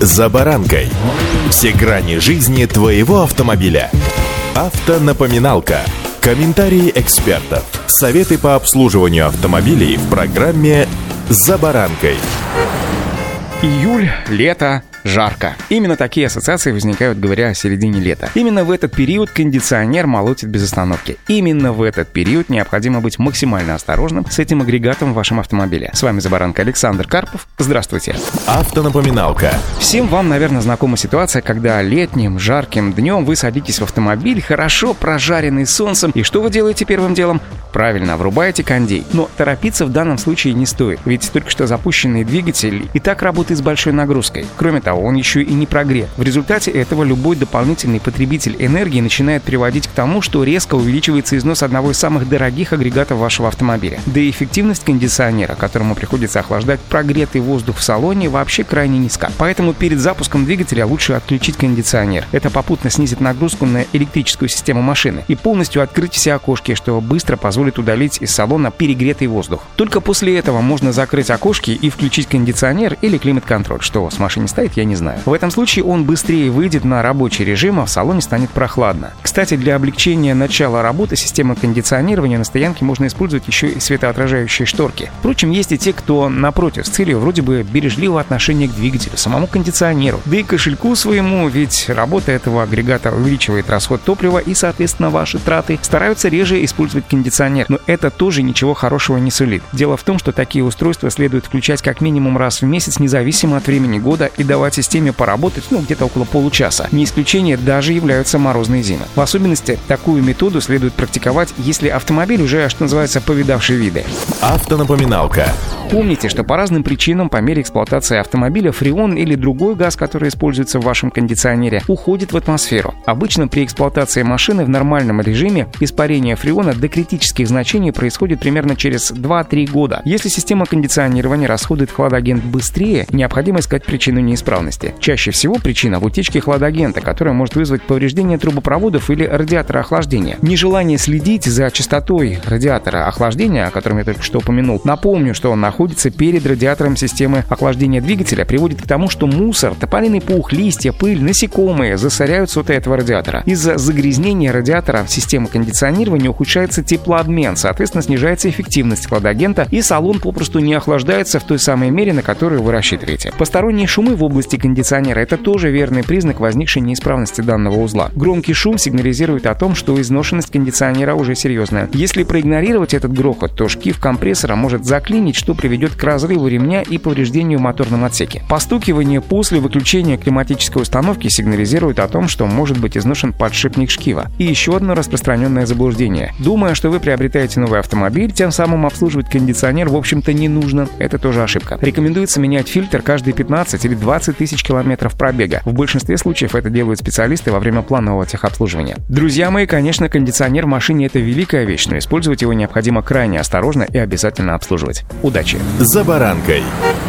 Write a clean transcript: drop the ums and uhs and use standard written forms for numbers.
«За баранкой». Все грани жизни твоего автомобиля. Автонапоминалка. Комментарии экспертов. Советы по обслуживанию автомобилей в программе «За баранкой». Июль, лето, жарко. Именно такие ассоциации возникают, говоря о середине лета. Именно в этот период кондиционер молотит без остановки. Именно в этот период необходимо быть максимально осторожным с этим агрегатом в вашем автомобиле. С вами «За баранкой» Александр Карпов. Здравствуйте. Автонапоминалка. Всем вам, наверное, знакома ситуация, когда летним, жарким днем вы садитесь в автомобиль, хорошо прожаренный солнцем, и что вы делаете первым делом? Правильно, врубаете кондей. Но торопиться в данном случае не стоит, ведь только что запущенный двигатель и так работает с большой нагрузкой. Кроме того, он еще и не прогрет. В результате этого любой дополнительный потребитель энергии начинает приводить к тому, что резко увеличивается износ одного из самых дорогих агрегатов вашего автомобиля. Да и эффективность кондиционера, которому приходится охлаждать прогретый воздух в салоне, вообще крайне низка. Поэтому перед запуском двигателя лучше отключить кондиционер. Это попутно снизит нагрузку на электрическую систему машины и полностью открыть все окошки, что быстро позволит удалить из салона перегретый воздух. Только после этого можно закрыть окошки и включить кондиционер или климат-контроль. Что у вас в машине стоит, я не знаю. В этом случае он быстрее выйдет на рабочий режим, а в салоне станет прохладно. Кстати, для облегчения начала работы системы кондиционирования на стоянке можно использовать еще и светоотражающие шторки. Впрочем, есть и те, кто, напротив, с целью вроде бы бережливого отношения к двигателю, самому кондиционеру, да и кошельку своему, ведь работа этого агрегата увеличивает расход топлива и, соответственно, ваши траты, стараются реже использовать кондиционер. Но это тоже ничего хорошего не сулит. Дело в том, что такие устройства следует включать как минимум раз в месяц, независимо от времени года, и давать системе поработать, где-то около получаса. Не исключение даже являются морозные зимы. В особенности, такую методу следует практиковать, если автомобиль уже, что называется, повидавший виды. Автонапоминалка. Помните, что по разным причинам по мере эксплуатации автомобиля фреон или другой газ, который используется в вашем кондиционере, уходит в атмосферу. Обычно при эксплуатации машины в нормальном режиме испарение фреона до критических значений происходит примерно через 2-3 года. Если система кондиционирования расходует хладагент быстрее, необходимо искать причину неисправности. Чаще всего причина в утечке хладагента, которая может вызвать повреждение трубопроводов или радиатора охлаждения. Нежелание следить за частотой радиатора охлаждения, о котором я только что упомянул, напомню, что он находится перед радиатором системы охлаждения двигателя, приводит к тому, что мусор, тополиный пух, листья, пыль, насекомые засоряют соты этого радиатора. Из-за загрязнения радиатора системы кондиционирования ухудшается теплообмен, соответственно, снижается эффективность хладагента, и салон попросту не охлаждается в той самой мере, на которую вы рассчитываете. Посторонние шумы в области кондиционера – это тоже верный признак возникшей неисправности данного узла. Громкий шум сигнализирует о том, что изношенность кондиционера уже серьезная. Если проигнорировать этот грохот, то шкив компрессора может заклинить, что приведет к разрыву ремня и повреждению в моторном отсеке. Постукивание после выключения климатической установки сигнализирует о том, что может быть изношен подшипник шкива. И еще одно распространенное заблуждение. Думая, что вы приобретаете новый автомобиль, тем самым обслуживать кондиционер, в общем-то, не нужно. Это тоже ошибка. Рекомендуется менять фильтр каждые 15 или 20 тысяч километров пробега. В большинстве случаев это делают специалисты во время планового техобслуживания. Друзья мои, конечно, кондиционер в машине – это великая вещь, но использовать его необходимо крайне осторожно и обязательно обслуживать. Удачи! «За баранкой».